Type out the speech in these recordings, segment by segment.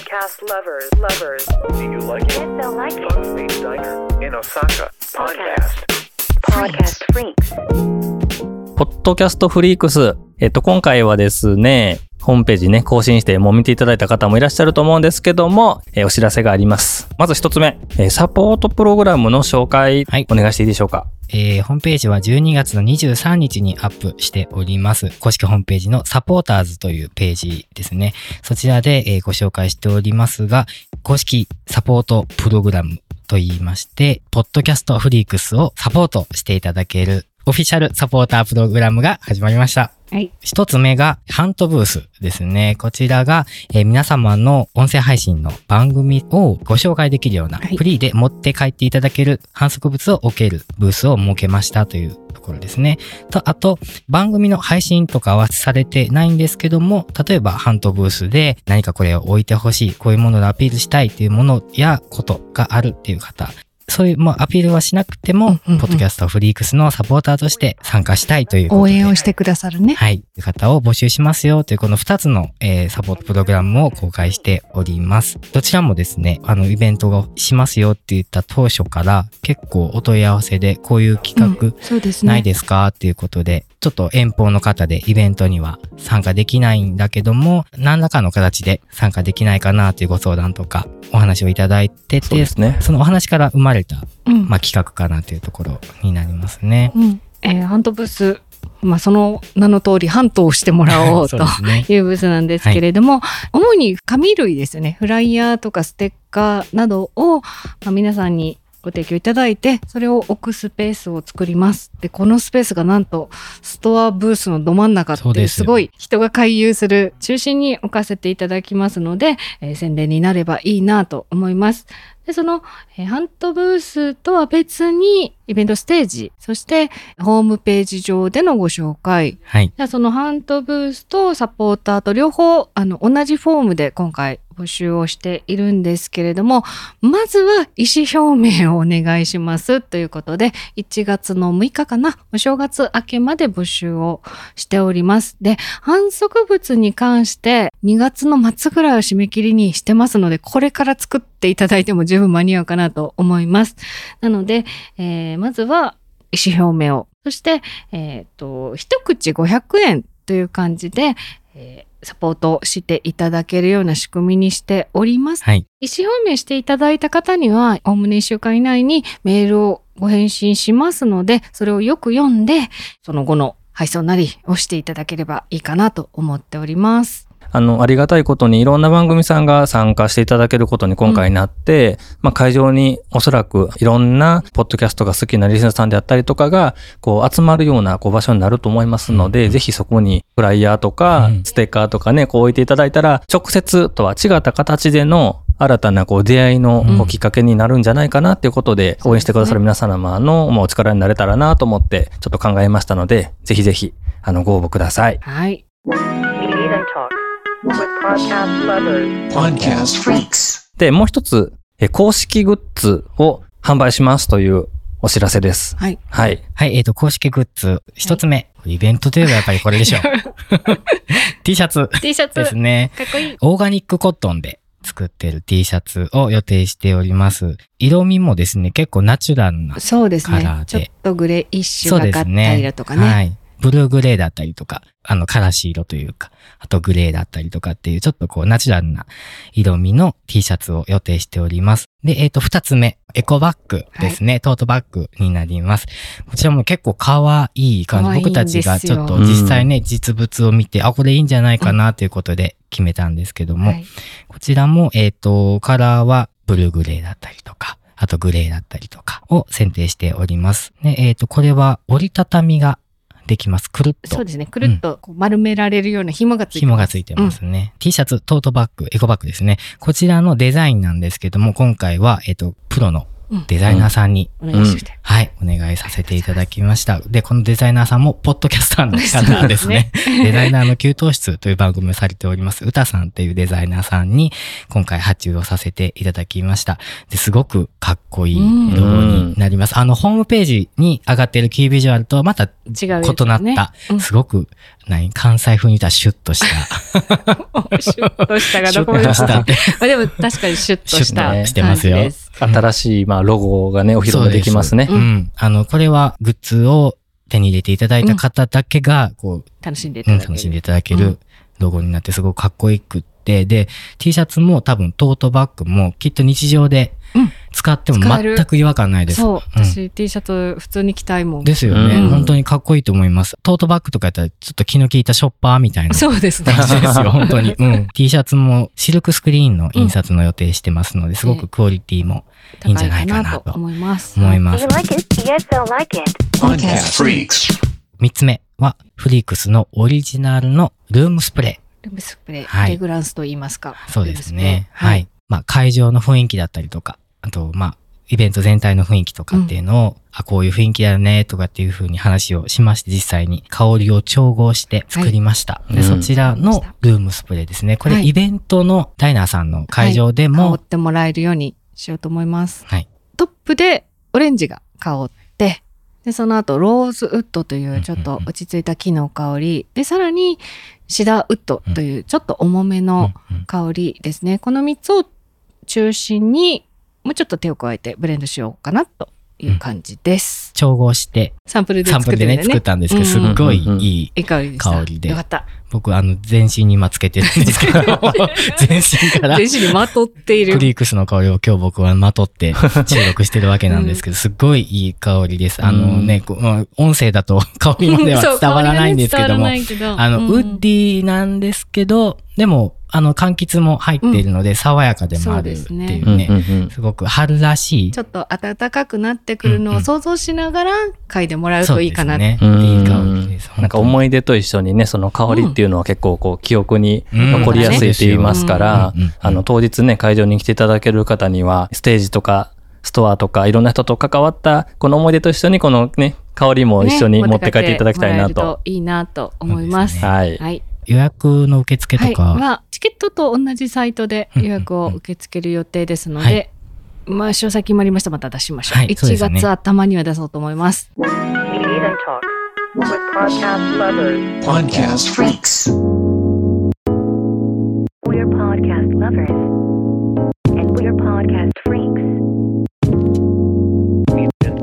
Podcast lovers. Do you like it? Yes, I like it. Fun Space Diner in Osaka. Podcast freaks. ポッドキャストフリークス。今回はですね、ホームページね、更新してもう見ていただいた方もいらっしゃると思うんですけども、お知らせがあります。まず一つ目、サポートプログラムの紹介、 はい、 お願いしていいでしょうか。 ホームページは12月の23日にアップしております。公式ホームページのサポーターズというページですね。そちらで、ご紹介しておりますが、公式サポートプログラムと言いまして、ポッドキャストフリークスをサポートしていただけるオフィシャルサポータープログラムが始まりました。 はい。 一つ目がハントブースですね。こちらが、皆様の音声配信の番組をご紹介できるような、フリーで持って帰っていただける販促物を置けるブースを設けましたというところですね。あと、番組の配信とかはされてないんですけども、例えばハントブースで何かこれを置いてほしい、こういうものでアピールしたいっていうものやことがあるっていう方、そういうアピールはしなくても、ポッドキャストフリークスのサポーターとして参加したいということで。 応援をしてくださるね。 はい。いう方を募集しますよというこの2つの、サポートプログラムを公開しております。どちらもですね、イベントをしますよって言った当初から結構お問い合わせでこういう企画ないですかっていうことで、ちょっと遠方の方でイベントには参加できないんだけども、何らかの形で参加できないかなというご相談とかお話をいただいてて、 そうですね、 そのお話から生まれた、企画かなというところになりますね。 ハントブース、その名の通りハントをしてもらおうというブースなんですけれども、主に紙類ですね。フライヤーとかステッカーなどを、皆さんにご提供いただいて、それを置くスペースを作ります。で、このスペースがなんとストアブースのど真ん中っていうすごい人が回遊する中心に置かせていただきますので、宣伝になればいいなと思います。で、その、ハントブースとは別にイベントステージ、そしてホームページ上でのご紹介。 はい。 そのハントブースとサポーターと両方、同じフォームで今回募集をしているんですけれども、まずは意思表明をお願いしますということで、1月の6日かな、お正月明けまで募集をしております。で、販促物に関して2月の末ぐらいを締め切りにしてますので、これから作っていただいても十分間に合うかなと思います。なので、まずは意思表明を、そして、一口500円という感じで、サポートしていただけるような仕組みにしております。 はい。 意思表明していただいた方には、おおむね1週間以内にメールをご返信しますので、それをよく読んで、その後の配送なりをしていただければいいかなと思っております。 ありがたいことにいろんな番組さんが参加していただけることに今回なって、会場におそらくいろんなポッドキャストが好きなリスナーさんであったりとかがこう集まるような場所になると思いますので、ぜひそこにフライヤーとかステッカーとかね、置いていただいたら、直接とは違った形での新たな出会いのきっかけになるんじゃないかなっていうことで、応援してくださる皆様のお力になれたらなと思ってちょっと考えましたので、ぜひぜひご応募ください。 はい。 Podcast freaks. で、もう一つ、公式グッズを販売しますというお知らせです。 はい。 はい。はい、公式グッズ、一つ目。イベントといえばやっぱりこれでしょう。T シャツ。 T シャツ。 ですね。 かっこいい。 オーガニックコットンで作っている T シャツを予定しております。色味もですね、結構ナチュラルなカラーで。 そうですね。ちょっとグレーイッシュがかった色とかね。 はい。ブルーグレーだったりとか、からし色というか、あとグレーだったりとかっていう、ちょっとナチュラルな色味の T シャツを予定しております。で、二つ目、エコバッグですね、トートバッグになります。こちらも結構可愛い感じ。僕たちがちょっと実際ね、実物を見て、これいいんじゃないかなということで決めたんですけども、こちらも、カラーはブルーグレーだったりとか、あとグレーだったりとかを選定しております。で、これは折りたたみができます。くるっと。 そうですね。くるっと丸められるような紐がついてます。 紐がついてますね。T シャツ、トートバッグ、エコバッグですね。こちらのデザインなんですけども、今回は、プロのデザイナーさんに、 お願いして。 はい、お願いさせていただきました。で、このデザイナーさんも、ポッドキャスターの方ですね。デザイナーの給湯室という番組をされております、うたさんっていうデザイナーさんに、今回発注をさせていただきました。ですごくかっこいいロゴになります。ホームページに上がっているキービジュアルとはまた異なった、すごく、 関西風に言ったらシュッとした。 シュッとしたがシュどこまでッとした。 まあでも確かにシュッとしたシュッとねしてますよ感じです。 新しい、ロゴがね、お披露目できますね。 うん。これはグッズを手に入れていただいた方だけが、 楽しんでいただける。 楽しんでいただけるロゴになってすごくかっこよくって、で、T シャツも多分トートバッグもきっと日常で使っても全く違和感ないです。 そう。私 T シャツ普通に着たいもん。 ですよね、 うん本当にかっこいいと思います。トートバッグとかやったらちょっと気の利いたショッパーみたいな。 そうですね。 感じですよ、本当に。T シャツもシルクスクリーンの印刷の予定してますので、すごくクオリティもいいんじゃないかなと思います。 思います。 like it? Yes, they'll like it. Podcast Freaks. 3つ目はフリークスのオリジナルのルームスプレー。 ルームスプレー、 はいレグランスと言いますか。 そうですね。 ルームスプレーはい。会場の雰囲気だったりとか、あと、イベント全体の雰囲気とかっていうのを、こういう雰囲気だよね、とかっていう風に話をしまして、実際に香りを調合して作りました。で、そちらのルームスプレーですね。これ、イベントのダイナーさんの会場でも、 香ってもらえるようにしようと思います。 はい。 トップでオレンジが香って、で、その後、ローズウッドというちょっと落ち着いた木の香り、で、さらに、シダーウッドというちょっと重めの香りですね。この3つを中心に、もうちょっと手を加えてブレンドしようかなという感じです。 調合して、 サンプルでサンプルでね、 作ってるんでね。 作ったんですけど、すっごいいいいい香りでした。 香りでよかった。 僕、全身に今つけてるんですけど、全身から、 全身にまとっている。 フリークスの香りを今日僕はまとって収録してるわけなんですけど、すっごいいい香りです。音声だと香りまでは伝わらないんですけども、ウッディなんですけど、でも、柑橘も入っているので、爽やかでもあるっていうね、すごく春らしい。 ちょっと暖かくなってくるのを想像しながら嗅いでもらうといいかな。 そうですね。いい香りです。 なんか思い出と一緒にね、その香りっていうのは結構記憶に残りやすいって言いますから、当日ね、会場に来ていただける方には、ステージとか、ストアとか、いろんな人と関わった、この思い出と一緒にこのね、香りも一緒に持って帰っていただきたいなと。 いいなと思います。 はい。 はい。 予約の受付とかは、チケットと同じサイトで予約を受け付ける予定ですので、詳細決まりましたらまた出しましょう。1月頭には出そうと思います。 Eat and talk with podcast lovers. Podcast Freaks. We're podcast lovers. And we're podcast freaks. Eat and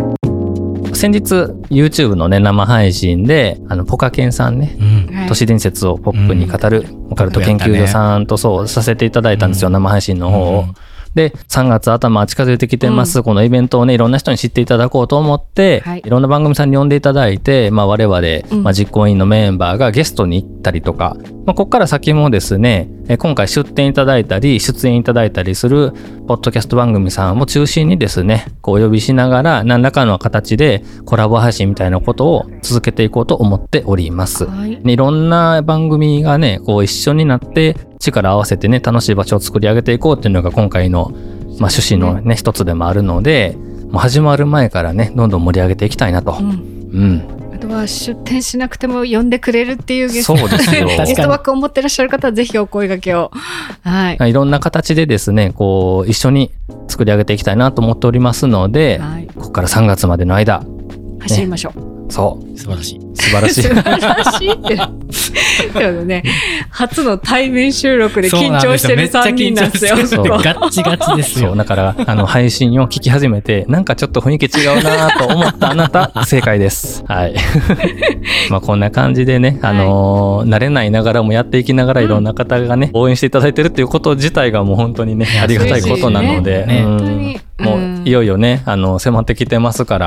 talk. 先日 YouTube のね、生配信で、ポカケンさんね、都市伝説をポップに語るオカルト研究所さんとそうさせていただいたんですよ、生配信の方を。で、3月頭近づいてきてます。このイベントをね、いろんな人に知っていただこうと思って、いろんな番組さんに呼んでいただいて、我々、実行委員のメンバーがゲストに行ったりとか、ここから先もですね、今回出展いただいたり、出演いただいたりする、ポッドキャスト番組さんを中心にですね、お呼びしながら、何らかの形でコラボ配信みたいなことを続けていこうと思っております。いろんな番組がね、一緒になって、力を合わせてね、楽しい場所を作り上げていこうっていうのが今回の、趣旨のね、一つでもあるので、もう始まる前からね、どんどん盛り上げていきたいなと。 あとは出展しなくても呼んでくれるっていうゲストそうですよゲスト枠を持ってらっしゃる方はぜひお声掛けを。 いろんな形でですね、一緒に作り上げていきたいなと思っておりますので、ここから3月までの間、 走りましょう。 そう。 素晴らしい。 素晴らしい。 素晴らしいって。でもね、初の対面収録で緊張してる3人なんですよ。 ガッチガチですよ。 だから、配信を聞き始めて、なんかちょっと雰囲気違うなと思ったあなた、正解です。はい。こんな感じでね、慣れないながらもやっていきながらいろんな方がね、応援していただいてるっていうこと自体がもう本当にね、ありがたいことなので、もういよいよね、迫ってきてますから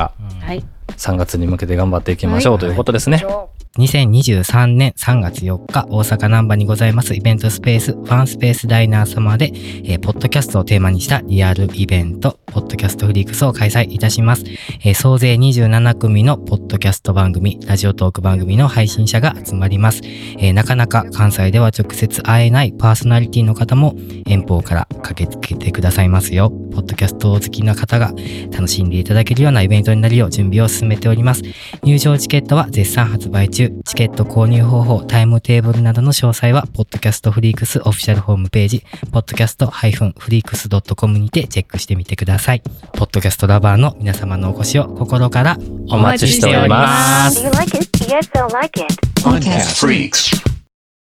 、3月に向けて頑張っていきましょうということですね。 2023年3月4日、大阪難波にございますイベントスペース、ファンスペースダイナー様で、ポッドキャストをテーマにしたリアルイベント、ポッドキャストフリークスを開催いたします。総勢27組のポッドキャスト番組、ラジオトーク番組の配信者が集まります。なかなか関西では直接会えないパーソナリティの方も遠方から駆けつけてくださいますよ。ポッドキャスト好きな方が楽しんでいただけるようなイベントになるよう準備を進めております。入場チケットは絶賛発売中。チケット購入方法、タイムテーブルなどの詳細は、ポッドキャストフリークスオフィシャルホームページ、podcast-freaks.com にてチェックしてみてください。ポッドキャストラバーの皆様のお越しを心からお待ちしております。 Do you like it? guess they'll like it. Podcast Freaks.